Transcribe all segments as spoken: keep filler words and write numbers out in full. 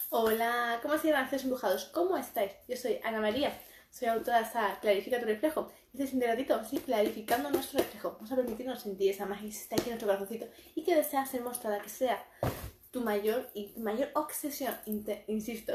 Hola, ¿cómo se llaman ustedes embrujados? ¿Cómo estáis? Yo soy Ana María, soy autora de esa Clarifica tu reflejo. Este siguiente ratito vamos a ir clarificando nuestro reflejo. Vamos a permitirnos sentir esa magia que está aquí en nuestro corazoncito y que desea ser mostrada, que sea tu mayor y tu mayor obsesión, insisto.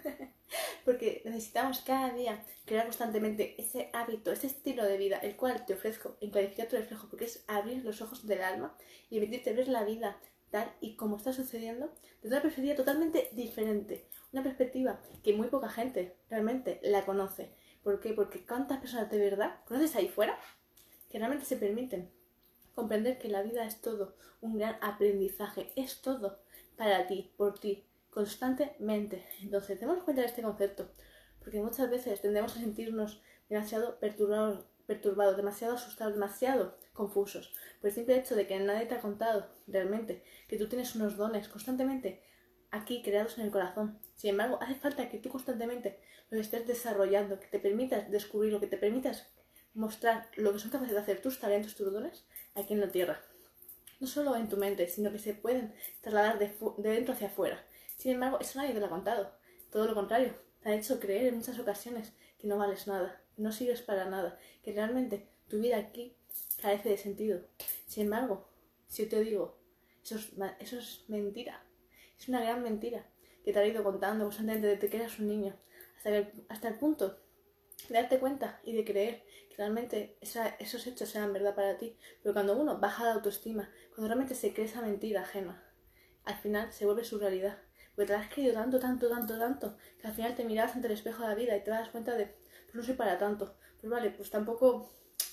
Porque necesitamos cada día crear constantemente ese hábito, ese estilo de vida, el cual te ofrezco en Clarificar tu reflejo, porque es abrir los ojos del alma y permitirte ver la vida tal y como está sucediendo desde una perspectiva totalmente diferente, una perspectiva que muy poca gente realmente la conoce. ¿Por qué? Porque cuántas personas de verdad conoces ahí fuera que realmente se permiten comprender que la vida es todo un gran aprendizaje, es todo para ti, por ti, constantemente. Entonces, demos cuenta de este concepto, porque muchas veces tendemos a sentirnos demasiado perturbados, perturbados, demasiado asustados, demasiado confusos, por el simple hecho de que nadie te ha contado realmente que tú tienes unos dones constantemente aquí creados en el corazón. Sin embargo, hace falta que tú constantemente los estés desarrollando, que te permitas descubrirlo, que te permitas mostrar lo que son capaces de hacer tus talentos, tus dones aquí en la tierra. No solo en tu mente, sino que se pueden trasladar de, de dentro hacia afuera. Sin embargo, eso nadie te lo ha contado. Todo lo contrario, te ha hecho creer en muchas ocasiones que no vales nada, que no sirves para nada, que realmente tu vida aquí carece de sentido. Sin embargo, si yo te digo, eso es, eso es mentira. Es una gran mentira que te ha ido contando constantemente desde que eras un niño hasta, que, hasta el punto de darte cuenta y de creer que realmente esa, esos hechos sean verdad para ti. Pero cuando uno baja la autoestima, cuando realmente se cree esa mentira ajena, al final se vuelve su realidad. Porque te la has creído tanto, tanto, tanto, tanto, que al final te mirabas ante el espejo de la vida y te das cuenta de, pues no soy para tanto. Pues vale, pues tampoco,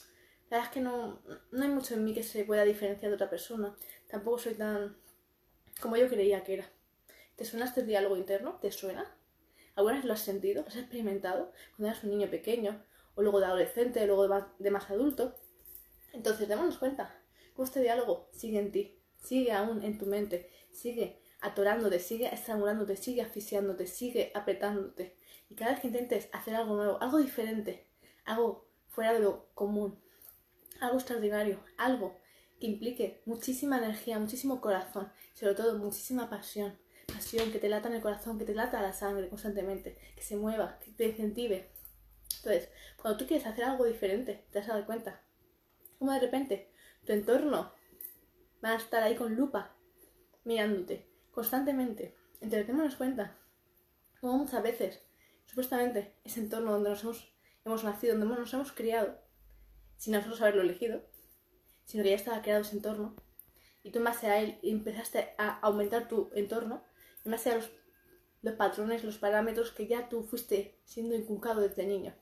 la verdad es que no, no hay mucho en mí que se pueda diferenciar de otra persona. Tampoco soy tan como yo creía que era. ¿Te suena este diálogo interno? ¿Te suena? ¿Alguna vez lo has sentido? ¿Lo has experimentado? Cuando eras un niño pequeño, o luego de adolescente, o luego de más, de más adulto. Entonces, démonos cuenta cómo este diálogo sigue en ti, sigue aún en tu mente, sigue atorándote, sigue estrangulándote, sigue asfixiándote, sigue apretándote. Y cada vez que intentes hacer algo nuevo, algo diferente, algo fuera de lo común, algo extraordinario, algo que implique muchísima energía, muchísimo corazón, sobre todo muchísima pasión, pasión que te lata en el corazón, que te lata la sangre constantemente, que se mueva, que te incentive. Entonces, cuando tú quieres hacer algo diferente, te vas a dar cuenta como de repente tu entorno va a estar ahí con lupa, mirándote constantemente. Entonces, démonos cuenta como muchas veces, supuestamente, ese entorno donde nos hemos, hemos nacido, donde nos hemos criado, sin nosotros haberlo elegido, sino que ya estaba creado ese entorno, y tú en base a él empezaste a aumentar tu entorno, en base a los, los patrones, los parámetros que ya tú fuiste siendo inculcado desde niño.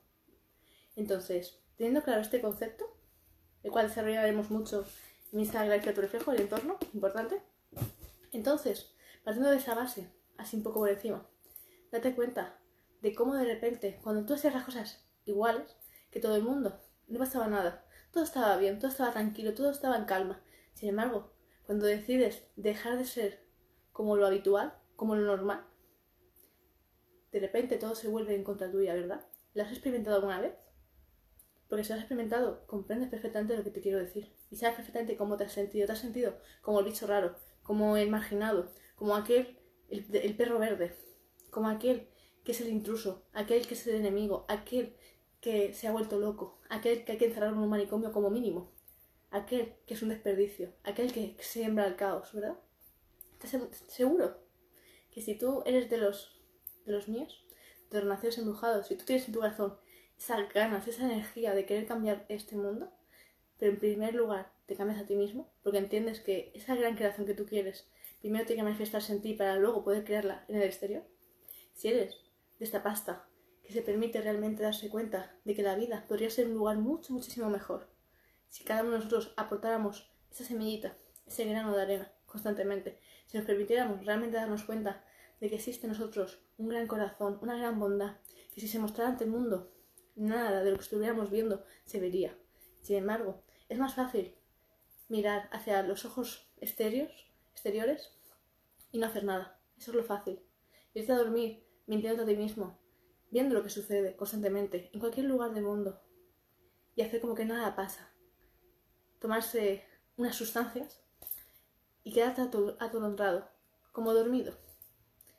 Entonces, teniendo claro este concepto, el cual desarrollaremos mucho en mi Instagram, Clarifica tu reflejo, el entorno, importante. Entonces, partiendo de esa base, así un poco por encima, date cuenta de cómo de repente, cuando tú hacías las cosas iguales que todo el mundo, no pasaba nada. Todo estaba bien, todo estaba tranquilo, todo estaba en calma. Sin embargo, cuando decides dejar de ser como lo habitual, como lo normal, de repente todo se vuelve en contra tuya, ¿verdad? ¿Lo has experimentado alguna vez? Porque si lo has experimentado, comprendes perfectamente lo que te quiero decir. Y sabes perfectamente cómo te has sentido. Te has sentido como el bicho raro, como el marginado, como aquel, el, el perro verde, como aquel que es el intruso, aquel que es el enemigo, aquel que se ha vuelto loco, aquel que hay que encerrar en un manicomio como mínimo, aquel que es un desperdicio, aquel que siembra el caos, ¿verdad? ¿Estás seguro que si tú eres de los, de los míos, de los nacidos embrujados, si tú tienes en tu corazón esas ganas, esa energía de querer cambiar este mundo, pero en primer lugar te cambias a ti mismo, porque entiendes que esa gran creación que tú quieres, primero tiene que manifestarse en ti para luego poder crearla en el exterior? Si eres de esta pasta que se permite realmente darse cuenta de que la vida podría ser un lugar mucho, muchísimo mejor, si cada uno de nosotros aportáramos esa semillita, ese grano de arena constantemente, si nos permitiéramos realmente darnos cuenta de que existe en nosotros un gran corazón, una gran bondad, que si se mostrara ante el mundo, nada de lo que estuviéramos viendo se vería. Sin embargo, es más fácil mirar hacia los ojos exteriores, exteriores y no hacer nada. Eso es lo fácil. Irte a dormir mintiendo a ti mismo, viendo lo que sucede constantemente en cualquier lugar del mundo y hacer como que nada pasa. Tomarse unas sustancias y quedarte atolondrado, como dormido.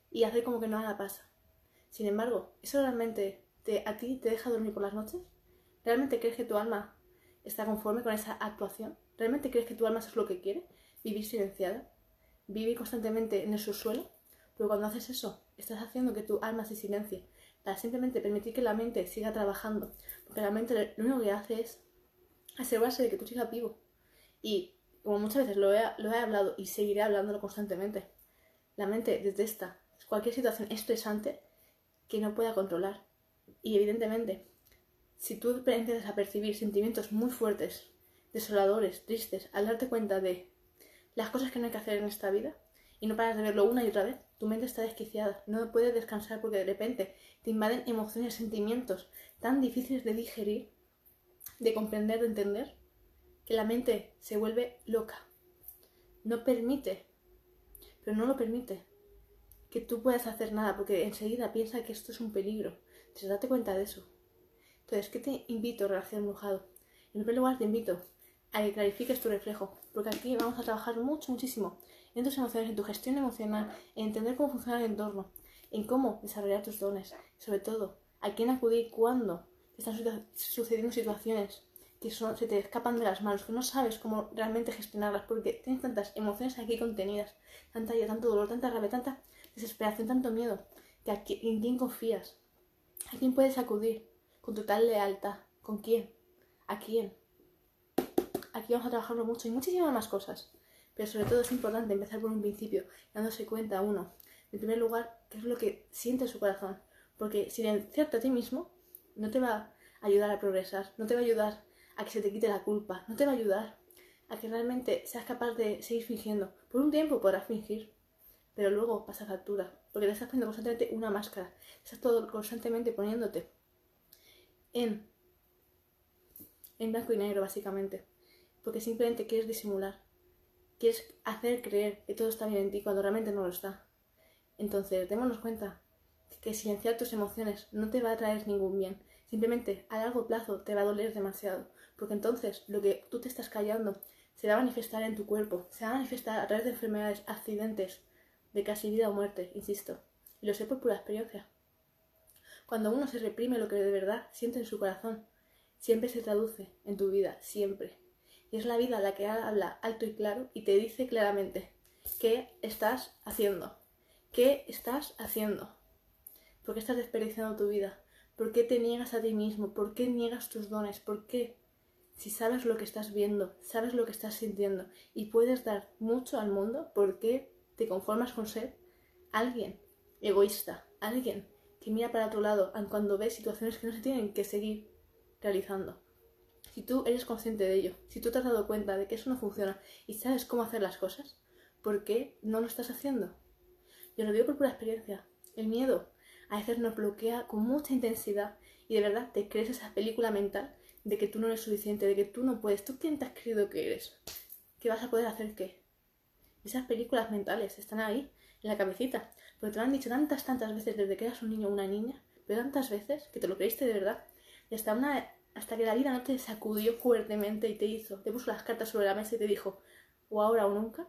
y hacer como que nada pasa. Sin embargo, ¿eso realmente te, a ti te deja dormir por las noches? ¿Realmente crees que tu alma está conforme con esa actuación? ¿Realmente crees que tu alma eso es lo que quiere? ¿Vivir silenciada? ¿Vivir constantemente en el subsuelo? Pero cuando haces eso, estás haciendo que tu alma se silencie para simplemente permitir que la mente siga trabajando. Porque la mente lo único que hace es asegurarse de que tú sigas vivo. Y como muchas veces lo he, lo he hablado y seguiré hablándolo constantemente, la mente detesta cualquier situación estresante que no pueda controlar. Y evidentemente, si tú empiezas a percibir sentimientos muy fuertes, desoladores, tristes, al darte cuenta de las cosas que no hay que hacer en esta vida y no paras de verlo una y otra vez, tu mente está desquiciada, no puedes descansar porque de repente te invaden emociones, sentimientos tan difíciles de digerir, de comprender, de entender, que la mente se vuelve loca. No permite, pero no lo permite, que tú puedas hacer nada porque enseguida piensa que esto es un peligro. Entonces date cuenta de eso. Entonces, ¿qué te invito, relación embrujado? En primer lugar te invito a que clarifiques tu reflejo, porque aquí vamos a trabajar mucho, muchísimo en tus emociones, en tu gestión emocional, en entender cómo funciona el entorno, en cómo desarrollar tus dones, sobre todo, a quién acudir cuando te están sucediendo situaciones que son, se te escapan de las manos, que no sabes cómo realmente gestionarlas, porque tienes tantas emociones aquí contenidas, tanta ira, tanto dolor, tanta rabia, tanta desesperación, tanto miedo, que a qui- en quién confías, a quién puedes acudir, con total lealtad, ¿con quién? ¿A quién? Aquí vamos a trabajarlo mucho y muchísimas más cosas. Pero sobre todo es importante empezar por un principio, dándose cuenta uno, en primer lugar, qué es lo que siente su corazón. Porque silenciarte a ti mismo no te va a ayudar a progresar, no te va a ayudar a que se te quite la culpa, no te va a ayudar a que realmente seas capaz de seguir fingiendo. Por un tiempo podrás fingir, pero luego pasa factura, porque te estás poniendo constantemente una máscara, estás todo constantemente poniéndote en, en blanco y negro, básicamente. Porque simplemente quieres disimular, quieres hacer creer que todo está bien en ti cuando realmente no lo está. Entonces, démonos cuenta que silenciar tus emociones no te va a traer ningún bien. Simplemente a largo plazo te va a doler demasiado, porque entonces lo que tú te estás callando se va a manifestar en tu cuerpo, se va a manifestar a través de enfermedades, accidentes, de casi vida o muerte, insisto. Y lo sé por pura experiencia. Cuando uno se reprime lo que de verdad siente en su corazón, siempre se traduce en tu vida, siempre. Y es la vida la que habla alto y claro y te dice claramente qué estás haciendo, qué estás haciendo, por qué estás desperdiciando tu vida, por qué te niegas a ti mismo, por qué niegas tus dones, por qué, si sabes lo que estás viendo, sabes lo que estás sintiendo y puedes dar mucho al mundo, ¿por qué te conformas con ser alguien egoísta, alguien que mira para otro lado cuando ves situaciones que no se tienen que seguir realizando? Si tú eres consciente de ello, si tú te has dado cuenta de que eso no funciona y sabes cómo hacer las cosas, ¿por qué no lo estás haciendo? Yo lo digo por pura experiencia. El miedo a veces nos bloquea con mucha intensidad y de verdad te crees esa película mental de que tú no eres suficiente, de que tú no puedes. ¿Tú quién te has creído que eres? ¿Qué vas a poder hacer qué? Esas películas mentales están ahí, en la cabecita, porque te lo han dicho tantas, tantas veces desde que eras un niño o una niña, pero tantas veces que te lo creíste de verdad. Y hasta una... hasta que la vida no te sacudió fuertemente y te hizo, te puso las cartas sobre la mesa y te dijo, o ahora o nunca,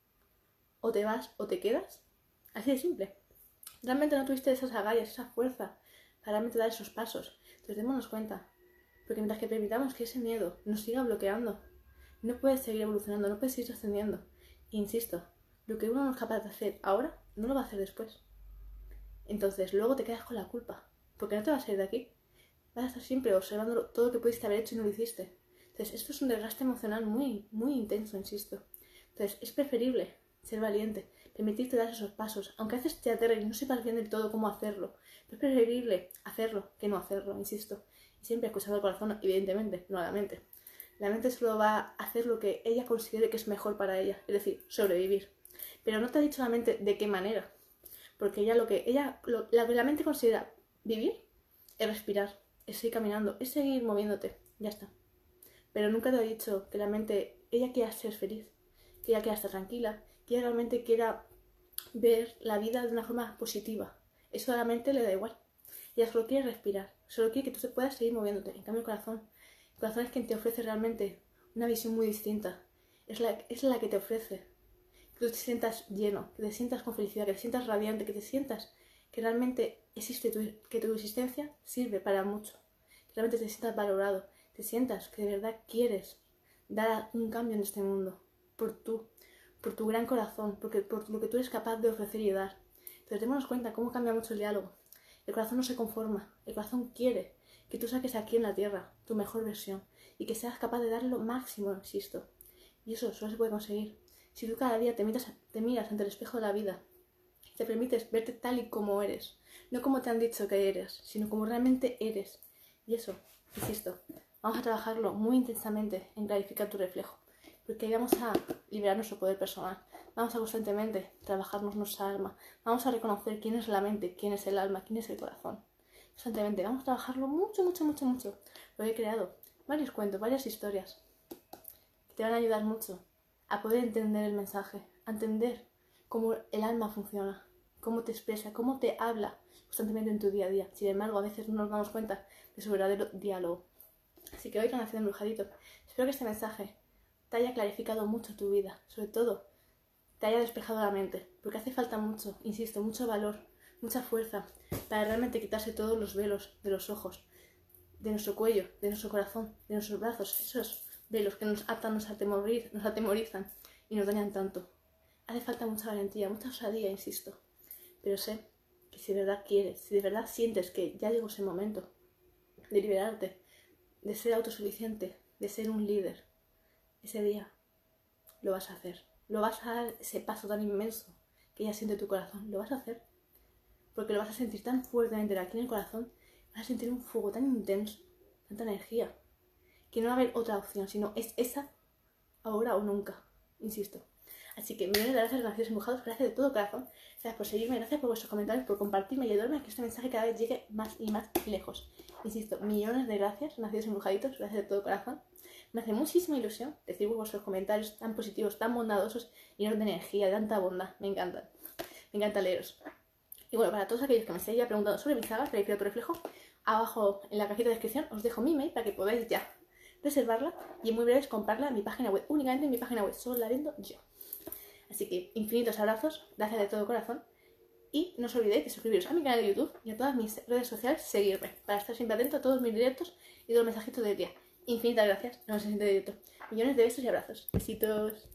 o te vas o te quedas. Así de simple. Realmente no tuviste esas agallas, esa fuerza para realmente dar esos pasos. Entonces démonos cuenta. Porque mientras que permitamos que ese miedo nos siga bloqueando, no puedes seguir evolucionando, no puedes seguir ascendiendo. E insisto, lo que uno no es capaz de hacer ahora, no lo va a hacer después. Entonces luego te quedas con la culpa. Porque no te vas a ir de aquí. Vas a estar siempre observando todo lo que pudiste haber hecho y no lo hiciste. Entonces esto es un desgaste emocional muy, muy intenso, insisto. Entonces es preferible ser valiente, permitirte dar esos pasos, aunque a veces te aterre y no sepas bien del todo cómo hacerlo. Pero es preferible hacerlo que no hacerlo, insisto. Y siempre escuchando el corazón, evidentemente, no a la mente. La mente solo va a hacer lo que ella considere que es mejor para ella, es decir, sobrevivir. Pero no te ha dicho la mente de qué manera. Porque ella lo que ella, lo, lo que la mente considera vivir es respirar, es seguir caminando, es seguir moviéndote, ya está. Pero nunca te ha dicho que la mente, ella quiera ser feliz, que ella quiera estar tranquila, que ella realmente quiera ver la vida de una forma positiva. Eso a la mente le da igual. Ella solo quiere respirar, solo quiere que tú puedas seguir moviéndote. En cambio el corazón, el corazón es quien te ofrece realmente una visión muy distinta. Es la, es la que te ofrece que tú te sientas lleno, que te sientas con felicidad, que te sientas radiante, que te sientas que realmente existe tu, que tu existencia sirve para mucho, que realmente te sientas valorado, te sientas que de verdad quieres dar un cambio en este mundo por tú, por tu gran corazón, porque, por lo que tú eres capaz de ofrecer y dar. Entonces démonos cuenta cómo cambia mucho el diálogo. El corazón no se conforma, el corazón quiere que tú saques aquí en la tierra tu mejor versión y que seas capaz de dar lo máximo, insisto. Y eso solo se puede conseguir si tú cada día te miras, te miras ante el espejo de la vida y te permites verte tal y como eres, no como te han dicho que eres, sino como realmente eres. Y eso, insisto, vamos a trabajarlo muy intensamente en clarificar tu reflejo, porque ahí vamos a liberar nuestro poder personal, vamos a constantemente trabajarnos nuestra alma, vamos a reconocer quién es la mente, quién es el alma, quién es el corazón. Constantemente vamos a trabajarlo mucho, mucho, mucho, mucho. Lo he creado varios cuentos, varias historias que te van a ayudar mucho a poder entender el mensaje, a entender cómo el alma funciona, cómo te expresa, cómo te habla constantemente en tu día a día. Sin embargo, a veces no nos damos cuenta de su verdadero diálogo. Así que hoy, Canación Embrujadito, espero que este mensaje te haya clarificado mucho tu vida, sobre todo te haya despejado la mente, porque hace falta mucho, insisto, mucho valor, mucha fuerza para realmente quitarse todos los velos de los ojos, de nuestro cuello, de nuestro corazón, de nuestros brazos, esos velos que nos atan, nos, atemoriz, nos atemorizan y nos dañan tanto. Hace falta mucha valentía, mucha osadía, insisto, pero sé que si de verdad quieres, si de verdad sientes que ya llegó ese momento de liberarte, de ser autosuficiente, de ser un líder, ese día lo vas a hacer. Lo vas a dar ese paso tan inmenso que ya siente tu corazón. Lo vas a hacer porque lo vas a sentir tan fuertemente aquí en el corazón, vas a sentir un fuego tan intenso, tanta energía, que no va a haber otra opción, sino es esa ahora o nunca, insisto. Así que millones de gracias, Nacidos Embrujados, gracias de todo corazón, gracias por seguirme, gracias por vuestros comentarios, por compartirme y ayudarme a que este mensaje cada vez llegue más y más lejos. Insisto, millones de gracias, Nacidos Embrujaditos, gracias de todo corazón. Me hace muchísima ilusión recibir vuestros comentarios tan positivos, tan bondadosos y llenos de energía, de tanta bondad. Me encantan. Me encanta leeros. Y bueno, para todos aquellos que me estéis ya preguntando sobre mis sagas, Clarifica tu reflejo, abajo en la cajita de descripción os dejo mi mail para que podáis ya reservarla y en muy breves comprarla en mi página web, únicamente en mi página web, solo la vendo yo. Así que infinitos abrazos, gracias de todo corazón y no os olvidéis de suscribiros a mi canal de YouTube y a todas mis redes sociales, seguirme para estar siempre atento a todos mis directos y todos los mensajitos del día. Infinitas gracias, nos vemos en el siguiente directo. Millones de besos y abrazos. Besitos.